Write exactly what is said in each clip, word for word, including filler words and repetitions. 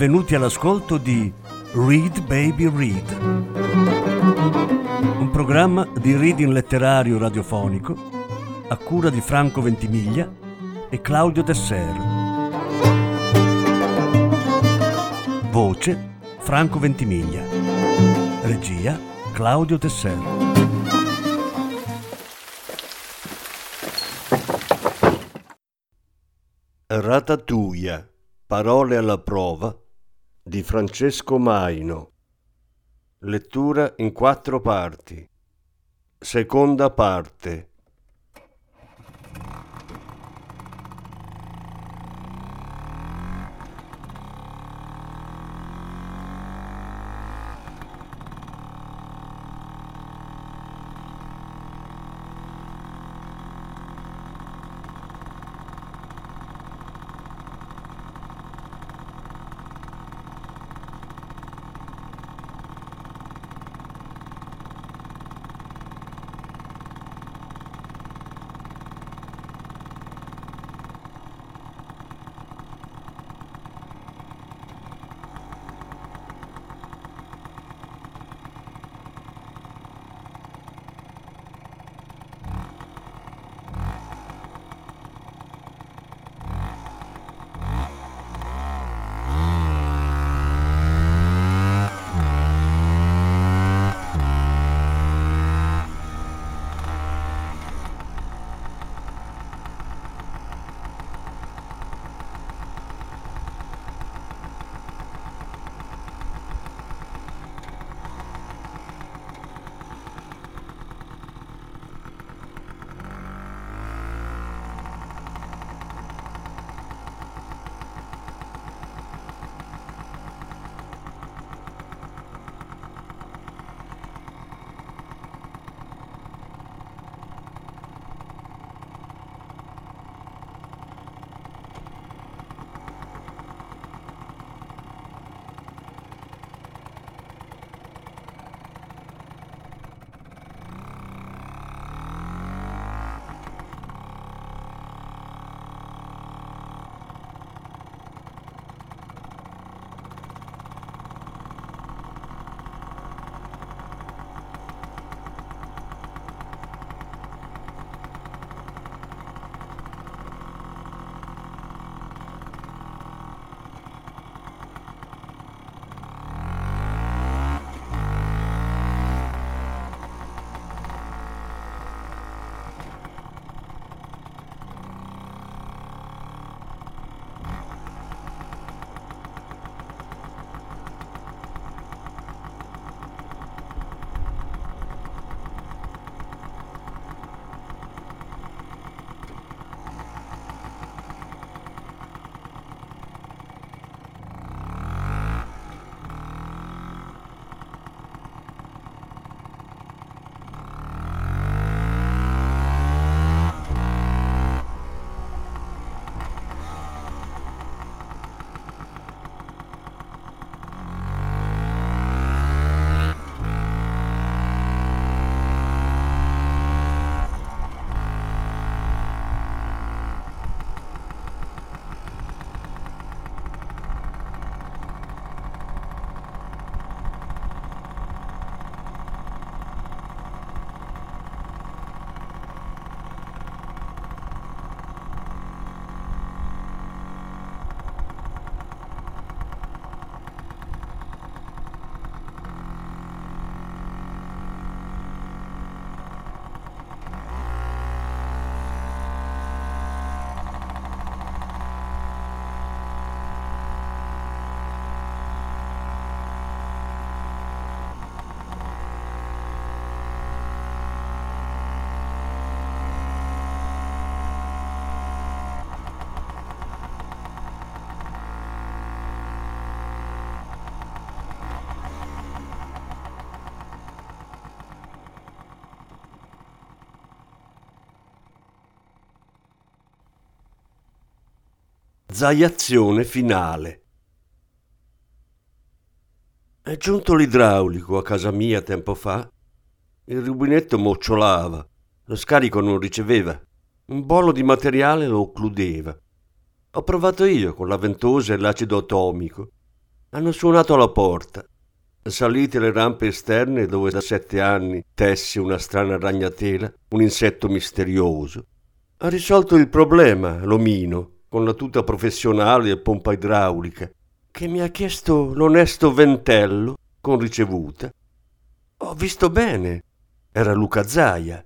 benvenuti all'ascolto di Read Baby Read, un programma di reading letterario radiofonico a cura di Franco Ventimiglia e Claudio Tesser. Voce Franco Ventimiglia. Regia Claudio Tesser. Ratatouille, parole alla prova di Francesco Maino. Lettura in quattro parti. Seconda parte. Zaiazione finale. È giunto l'idraulico a casa mia tempo fa. Il rubinetto mocciolava, lo scarico non riceveva, un bollo di materiale lo occludeva. Ho provato io con la ventosa e l'acido atomico. Hanno suonato alla porta. Salite le rampe esterne dove da sette anni tessi una strana ragnatela, un insetto misterioso. Ha risolto il problema, l'omino, con la tuta professionale e pompa idraulica, che mi ha chiesto l'onesto ventello con ricevuta. Ho visto bene, era Luca Zaia.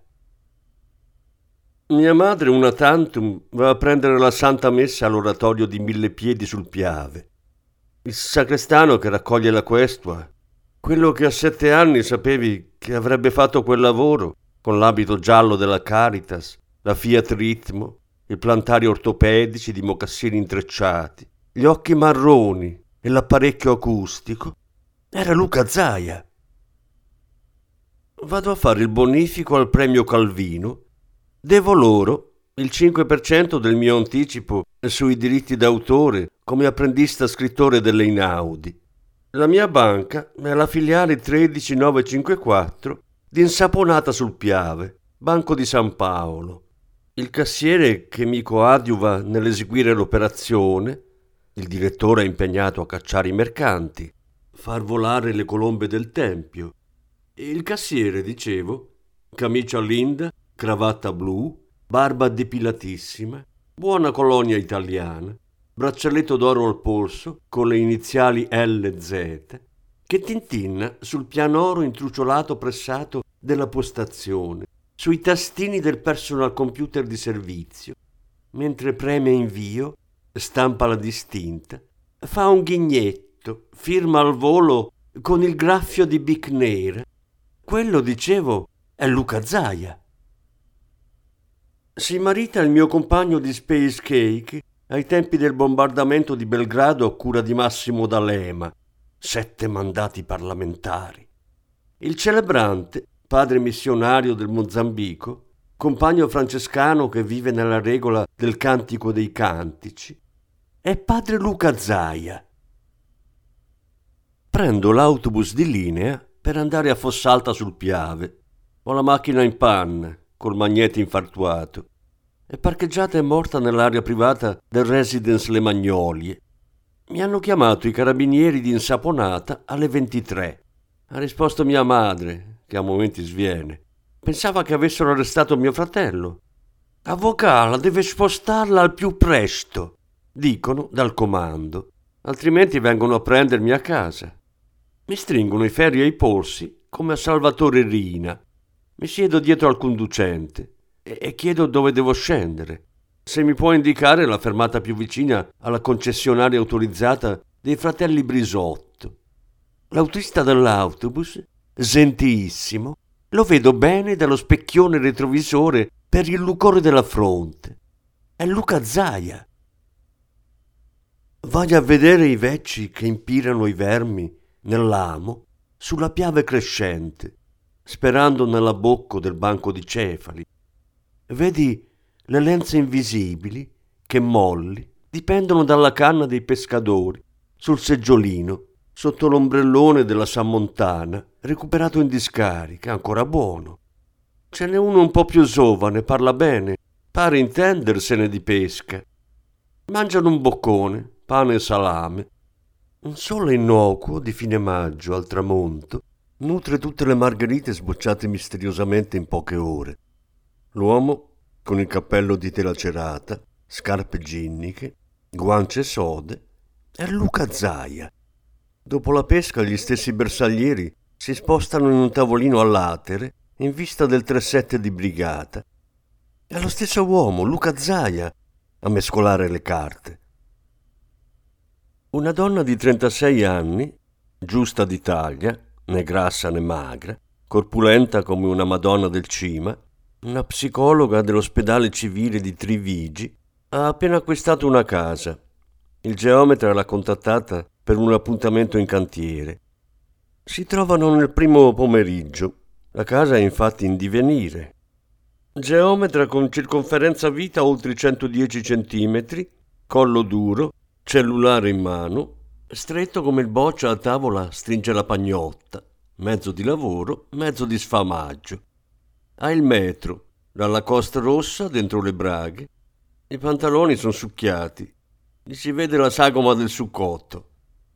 Mia madre una tantum va a prendere la Santa Messa all'oratorio di Mille Piedi sul Piave. Il sacrestano che raccoglie la questua, quello che a sette anni sapevi che avrebbe fatto quel lavoro, con l'abito giallo della Caritas, la Fiat Ritmo, i plantari ortopedici di mocassini intrecciati, gli occhi marroni e l'apparecchio acustico, era Luca Zaia. Vado a fare il bonifico al premio Calvino, devo loro il cinque per cento del mio anticipo sui diritti d'autore come apprendista scrittore delle Inaudi. La mia banca è la filiale tredici nove cinque quattro di Insaponata sul Piave, Banco di San Paolo. Il cassiere che mi coadiuva nell'eseguire l'operazione, il direttore è impegnato a cacciare i mercanti, far volare le colombe del tempio. Il cassiere, dicevo, camicia linda, cravatta blu, barba depilatissima, buona colonia italiana, braccialetto d'oro al polso con le iniziali L Z, che tintinna sul pianoro intruciolato pressato della postazione, sui tastini del personal computer di servizio, mentre preme invio, stampa la distinta, fa un ghignetto, firma al volo con il graffio di Bic nera. Quello, dicevo, è Luca Zaia. Si marita il mio compagno di Space Cake ai tempi del bombardamento di Belgrado a cura di Massimo D'Alema, sette mandati parlamentari. Il celebrante, padre missionario del Mozambico, compagno francescano che vive nella regola del Cantico dei Cantici, è padre Luca Zaia. Prendo l'autobus di linea per andare a Fossalta sul Piave. Ho la macchina in panne, col magnete infartuato. È parcheggiata e morta nell'area privata del Residence Le Magnolie. Mi hanno chiamato i carabinieri di Insaponata alle ventitré. Ha risposto mia madre, che a momenti sviene. Pensava che avessero arrestato mio fratello. Avvocala, deve spostarla al più presto, dicono dal comando, altrimenti vengono a prendermi a casa. Mi stringono i ferri ai polsi come a Salvatore Rina. Mi siedo dietro al conducente e chiedo dove devo scendere. Se mi può indicare la fermata più vicina alla concessionaria autorizzata dei fratelli Brisotto. L'autista dell'autobus, gentissimo, lo vedo bene dallo specchione retrovisore per il lucore della fronte. È Luca Zaia. Vai a vedere i vecchi che impirano i vermi nell'amo sulla Piave crescente, sperando nella bocca del banco di cefali. Vedi le lenze invisibili che molli dipendono dalla canna dei pescatori sul seggiolino sotto l'ombrellone della Sammontana recuperato in discarica, ancora buono. Ce n'è uno un po' più giovane, parla bene, pare intendersene di pesca. Mangiano un boccone, pane e salame. Un sole innocuo di fine maggio al tramonto nutre tutte le margherite sbocciate misteriosamente in poche ore. L'uomo, con il cappello di tela cerata, scarpe ginniche, guance sode, è Luca Zaia. Dopo la pesca gli stessi bersaglieri si spostano in un tavolino a latere in vista del tre sette di brigata. È lo stesso uomo, Luca Zaia, a mescolare le carte. Una donna di trentasei anni, giusta di taglia, né grassa né magra, corpulenta come una Madonna del Cima, una psicologa dell'ospedale civile di Trivigi, ha appena acquistato una casa. Il geometra l'ha contattata per un appuntamento in cantiere. Si trovano nel primo pomeriggio. La casa è infatti in divenire. Geometra con circonferenza vita oltre i centodieci centimetri, collo duro, cellulare in mano, stretto come il boccia a tavola stringe la pagnotta, mezzo di lavoro, mezzo di sfamaggio. Ha il metro, la Lacoste rossa dentro le braghe, i pantaloni sono succhiati, gli si vede la sagoma del succotto.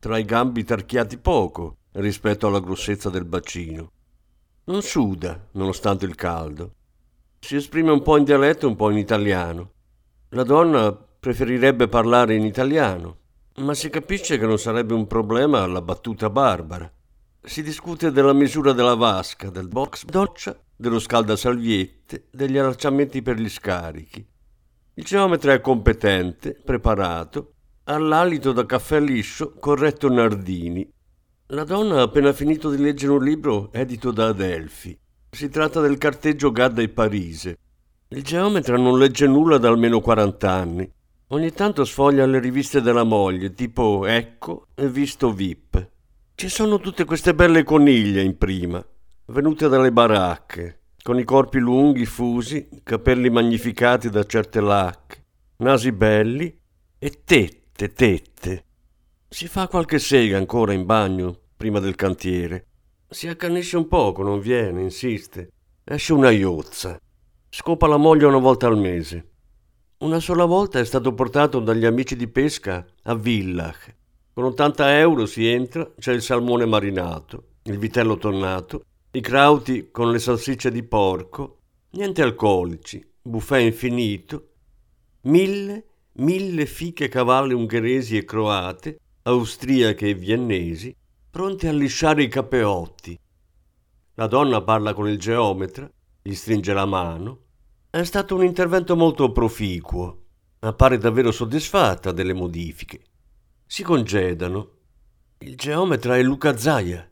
tra i gambi tarchiati poco rispetto alla grossezza del bacino. Non suda, nonostante il caldo. Si esprime un po' in dialetto e un po' in italiano. La donna preferirebbe parlare in italiano, ma si capisce che non sarebbe un problema la battuta barbara. Si discute della misura della vasca, del box doccia, dello scaldasalviette, degli allacciamenti per gli scarichi. Il geometra è competente, preparato, ha l'alito da caffè liscio, corretto Nardini. La donna ha appena finito di leggere un libro edito da Adelphi. Si tratta del carteggio Gadda e Parise. Il geometra non legge nulla da almeno quaranta anni. Ogni tanto sfoglia le riviste della moglie, tipo Ecco e Visto V I P. Ci sono tutte queste belle coniglie in prima, venute dalle baracche, con i corpi lunghi, fusi, capelli magnificati da certe lacche, nasi belli e tette, tette. Si fa qualche sega ancora in bagno, prima del cantiere. Si accanisce un poco, non viene, insiste. Esce una iozza. Scopa la moglie una volta al mese. Una sola volta è stato portato dagli amici di pesca a Villach. Con ottanta euro si entra, c'è il salmone marinato, il vitello tonnato, i crauti con le salsicce di porco, niente alcolici, buffet infinito, mille, mille fiche cavalli ungheresi e croate, austriache e viennesi, pronti a lisciare i capeotti. La donna parla con il geometra, gli stringe la mano. È stato un intervento molto proficuo. Appare davvero soddisfatta delle modifiche. Si congedano. Il geometra è Luca Zaia.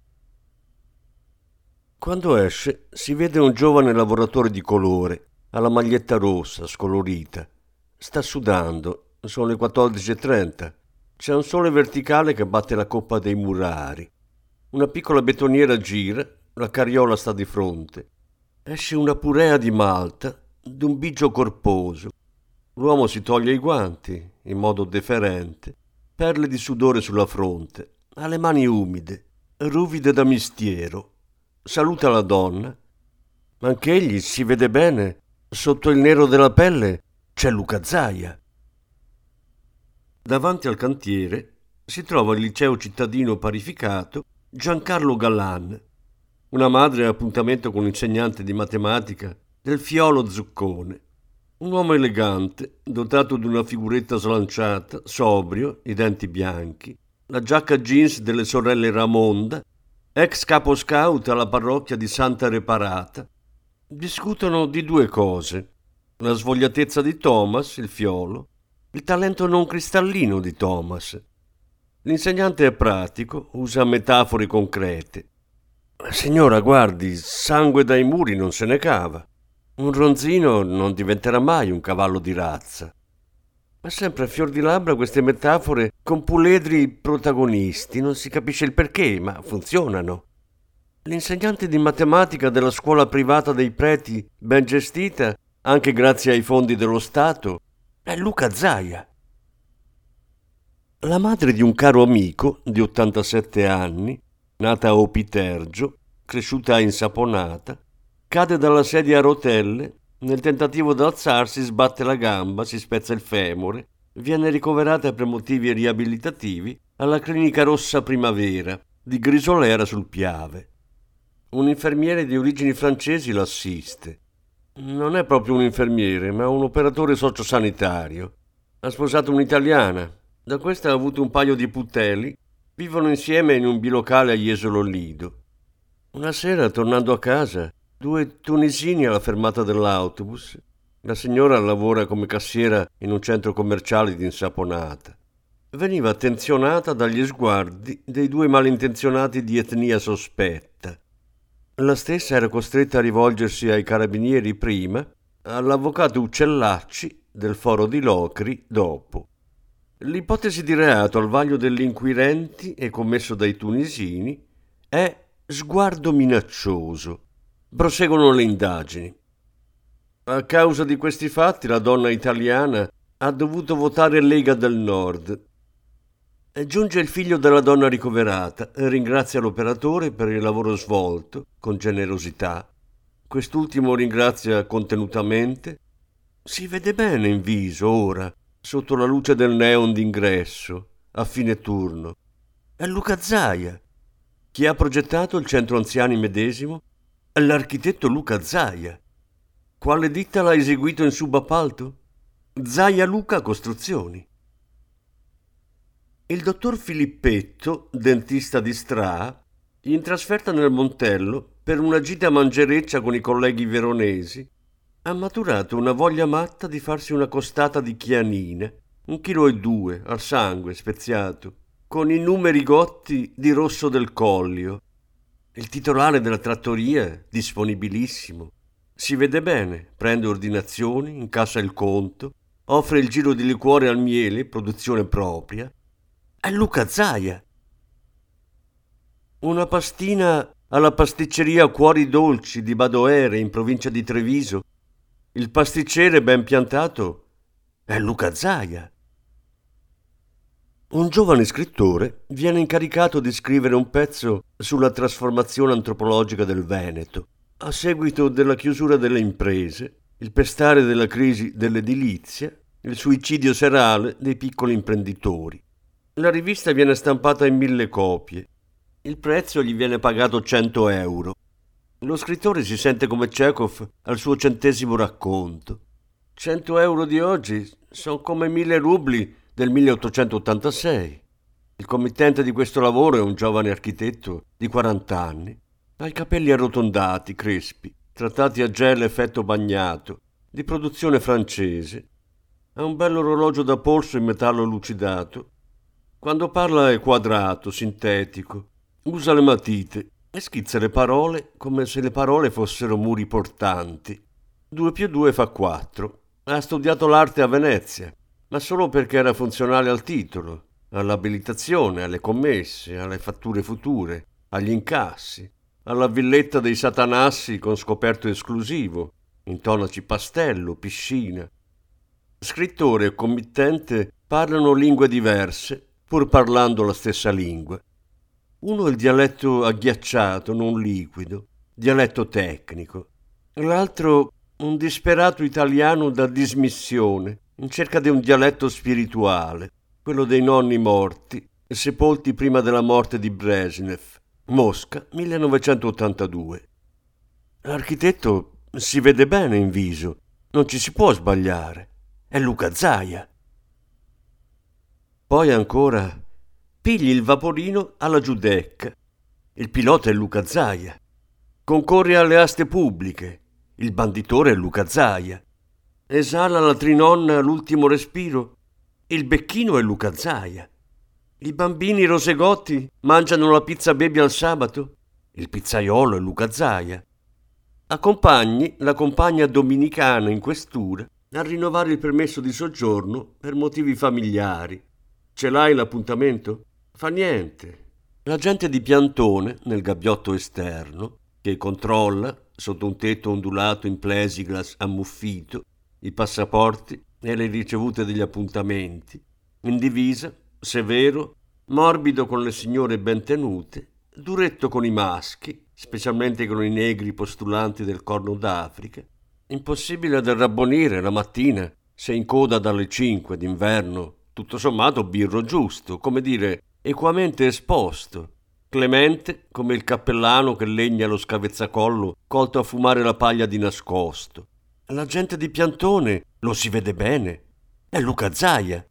Quando esce si vede un giovane lavoratore di colore, alla maglietta rossa, scolorita. Sta sudando, sono le quattordici e trenta. C'è un sole verticale che batte la coppa dei murari. Una piccola betoniera gira, la carriola sta di fronte. Esce una purea di malta, d'un bigio corposo. L'uomo si toglie i guanti, in modo deferente, perle di sudore sulla fronte, ha le mani umide, ruvide da mistiero. Saluta la donna. Anch'egli si vede bene, sotto il nero della pelle c'è Luca Zaia. Davanti al cantiere si trova il liceo cittadino parificato Giancarlo Galan. Una madre a appuntamento con l'insegnante di matematica del Fiolo Zuccone. Un uomo elegante, dotato di una figuretta slanciata, sobrio, i denti bianchi, la giacca jeans delle sorelle Ramonda, ex capo scout alla parrocchia di Santa Reparata. Discutono di due cose: la svogliatezza di Thomas, il Fiolo, il talento non cristallino di Thomas. L'insegnante è pratico, usa metafore concrete. Signora, guardi, sangue dai muri non se ne cava. Un ronzino non diventerà mai un cavallo di razza. Ma sempre a fior di labbra queste metafore con puledri protagonisti, non si capisce il perché, ma funzionano. L'insegnante di matematica della scuola privata dei preti, ben gestita, anche grazie ai fondi dello Stato, è Luca Zaia. La madre di un caro amico di ottantasette anni, nata a Opitergio, cresciuta a Insaponata, cade dalla sedia a rotelle, nel tentativo di alzarsi sbatte la gamba, si spezza il femore, viene ricoverata per motivi riabilitativi alla clinica Rossa Primavera di Grisolera sul Piave. Un infermiere di origini francesi l'assiste. Non è proprio un infermiere, ma un operatore sociosanitario. Ha sposato un'italiana. Da questa ha avuto un paio di putelli. Vivono insieme in un bilocale a Jesolo Lido. Una sera, tornando a casa, due tunisini alla fermata dell'autobus. La signora lavora come cassiera in un centro commerciale di Insaponata. Veniva attenzionata dagli sguardi dei due malintenzionati di etnia sospetta. La stessa era costretta a rivolgersi ai carabinieri prima, all'avvocato Uccellacci del foro di Locri dopo. L'ipotesi di reato al vaglio degli inquirenti e commesso dai tunisini è sguardo minaccioso. Proseguono le indagini. A causa di questi fatti la donna italiana ha dovuto votare Lega del Nord. Giunge il figlio della donna ricoverata e ringrazia l'operatore per il lavoro svolto con generosità. Quest'ultimo ringrazia contenutamente. Si vede bene in viso ora, sotto la luce del neon d'ingresso, a fine turno. È Luca Zaia. Chi ha progettato il centro anziani medesimo è l'architetto Luca Zaia. Quale ditta l'ha eseguito in subappalto? Zaia Luca Costruzioni. Il dottor Filippetto, dentista di Stra, in trasferta nel Montello per una gita mangereccia con i colleghi veronesi, ha maturato una voglia matta di farsi una costata di chianine, un chilo e due, al sangue, speziato, con i numeri gotti di Rosso del Collio. Il titolare della trattoria, disponibilissimo, si vede bene, prende ordinazioni, incassa il conto, offre il giro di liquore al miele, produzione propria. È Luca Zaia. Una pastina alla pasticceria Cuori Dolci di Badoere, in provincia di Treviso. Il pasticcere ben piantato è Luca Zaia. Un giovane scrittore viene incaricato di scrivere un pezzo sulla trasformazione antropologica del Veneto, a seguito della chiusura delle imprese, il pestare della crisi dell'edilizia, il suicidio serale dei piccoli imprenditori. La rivista viene stampata in mille copie. Il prezzo gli viene pagato cento euro. Lo scrittore si sente come Chekhov al suo centesimo racconto. cento euro di oggi sono come mille rubli del milleottocentottantasei. Il committente di questo lavoro è un giovane architetto di quaranta anni. Ha i capelli arrotondati, crespi, trattati a gel effetto bagnato, di produzione francese. Ha un bello orologio da polso in metallo lucidato. Quando parla è quadrato, sintetico, usa le matite e schizza le parole come se le parole fossero muri portanti. Due più due fa quattro. Ha studiato l'arte a Venezia, ma solo perché era funzionale al titolo, all'abilitazione, alle commesse, alle fatture future, agli incassi, alla villetta dei Satanassi con scoperto esclusivo, intonaci pastello, piscina. Scrittore e committente parlano lingue diverse, pur parlando la stessa lingua. Uno è il dialetto agghiacciato, non liquido, dialetto tecnico. L'altro un disperato italiano da dismissione, in cerca di un dialetto spirituale, quello dei nonni morti, sepolti prima della morte di Brezhnev, Mosca, millenovecentottantadue. L'architetto si vede bene in viso, non ci si può sbagliare. È Luca Zaia. Poi ancora, pigli il vaporino alla Giudecca. Il pilota è Luca Zaia. Concorre alle aste pubbliche. Il banditore è Luca Zaia. Esala la trinonna l'ultimo respiro. Il becchino è Luca Zaia. I bambini rosegotti mangiano la pizza baby al sabato. Il pizzaiolo è Luca Zaia. Accompagni la compagna dominicana in questura a rinnovare il permesso di soggiorno per motivi familiari. Ce l'hai l'appuntamento? Fa niente. L'agente di piantone nel gabbiotto esterno, che controlla, sotto un tetto ondulato in plexiglass ammuffito, i passaporti e le ricevute degli appuntamenti, in divisa, severo, morbido con le signore ben tenute, duretto con i maschi, specialmente con i negri postulanti del Corno d'Africa, impossibile da rabbonire la mattina se in coda dalle cinque d'inverno, tutto sommato birro giusto, come dire, equamente esposto, clemente come il cappellano che legna lo scavezzacollo colto a fumare la paglia di nascosto. La gente di piantone lo si vede bene. È Luca Zaia.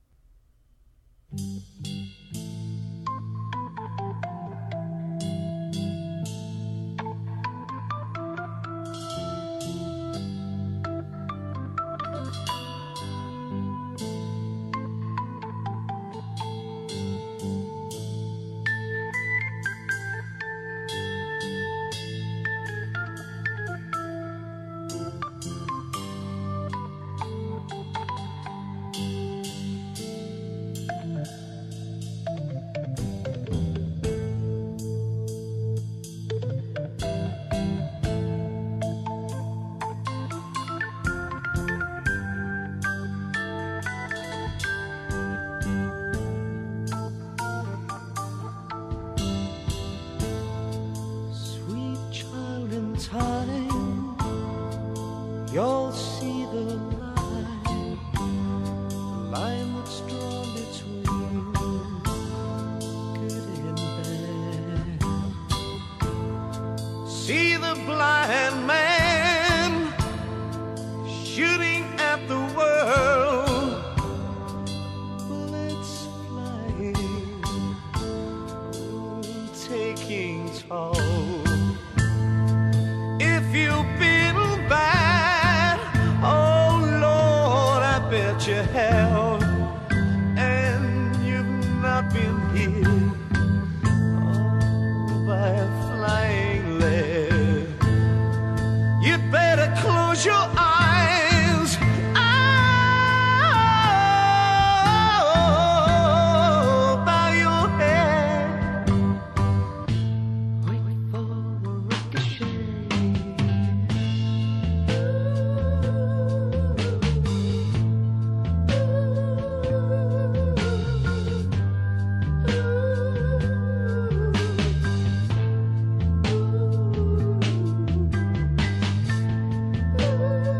Time, you'll see the line, the line that's drawn between good and see the blind man shooting at the world, bullets flying, taking toll. If you've been bad, oh Lord, I bet you have, and you've not been hit oh, by a flying lead. You better close your eyes, oh, bow your head, wait for the ricochet. Ooh.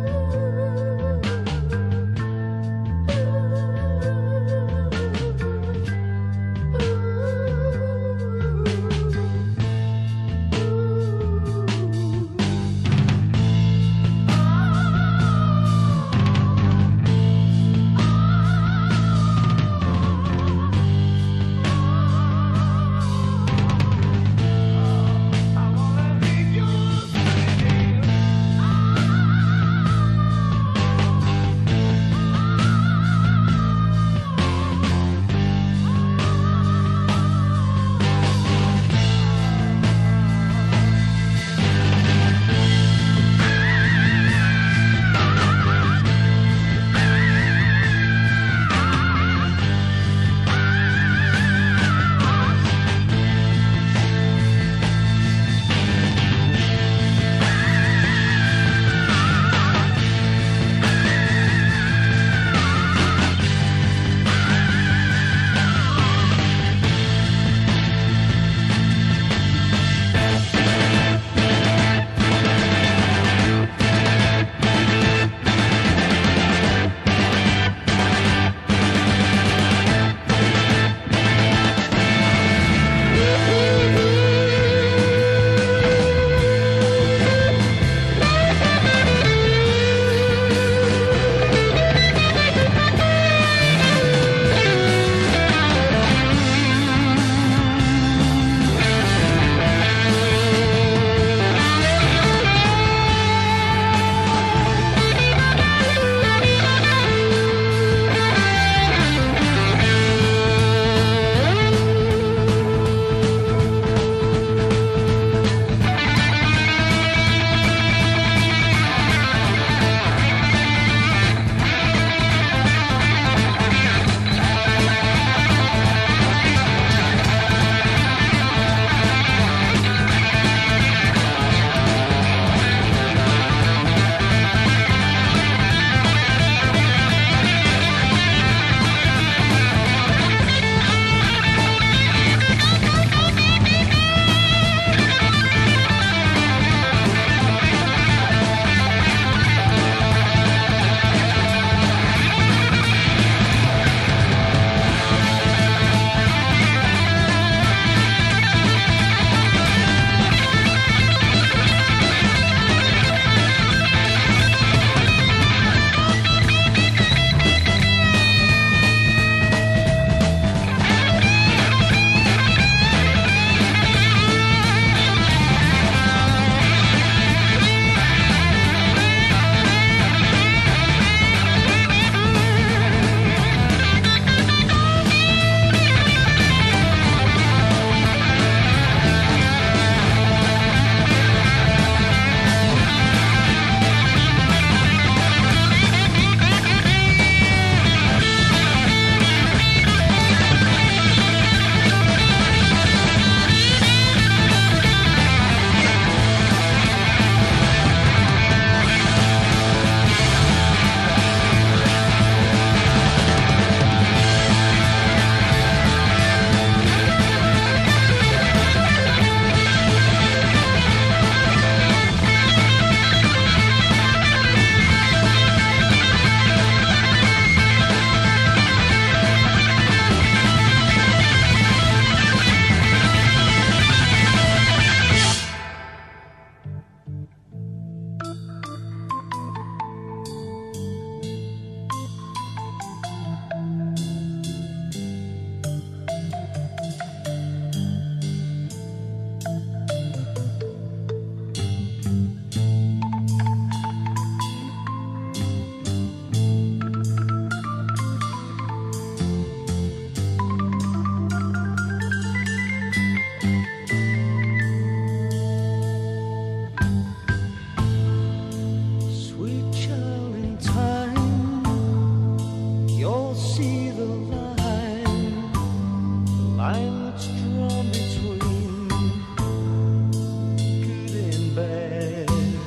despair.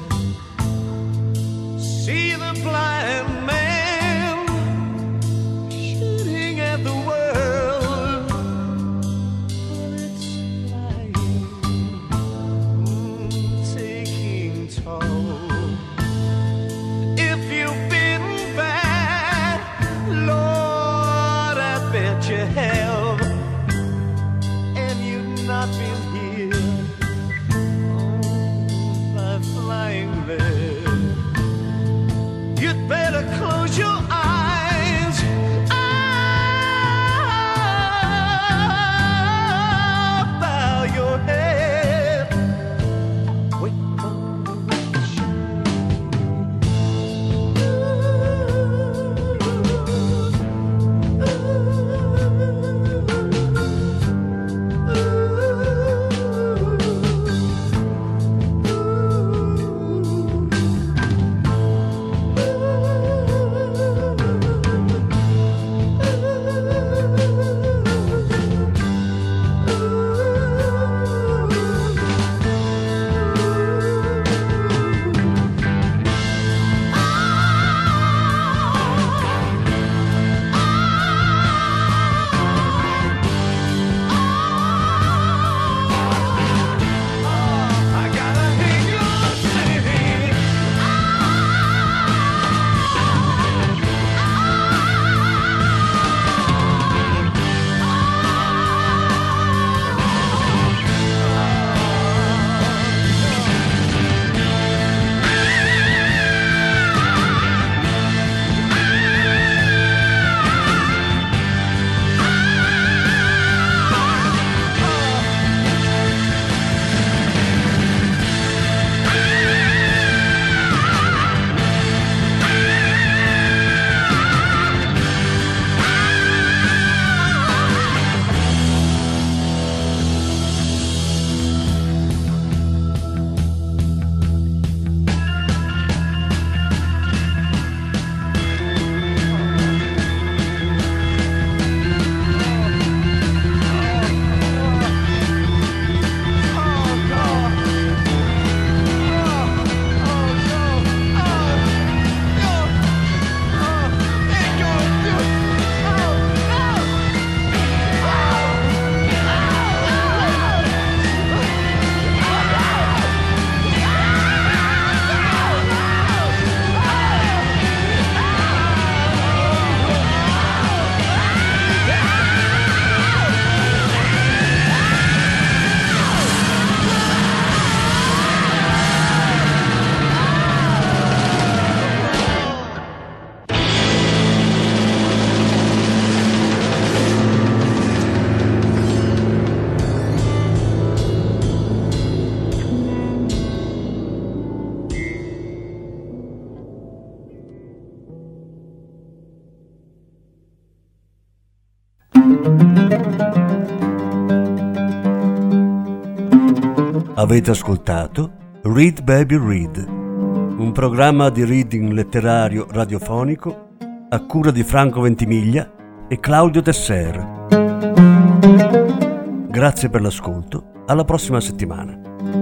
See the blind man shooting at the world, but it's flying, mm, taking toll. If you've been bad, Lord, I bet you have, and you've not been here oh, by flying there. You'd better close your eyes. Ah, bow your head. Wait for the Avete ascoltato Read Baby Read, un programma di reading letterario radiofonico a cura di Franco Ventimiglia e Claudio Tesser. Grazie per l'ascolto, alla prossima settimana.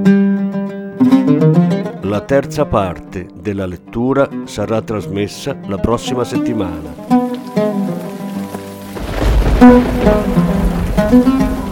La terza parte della lettura sarà trasmessa la prossima settimana.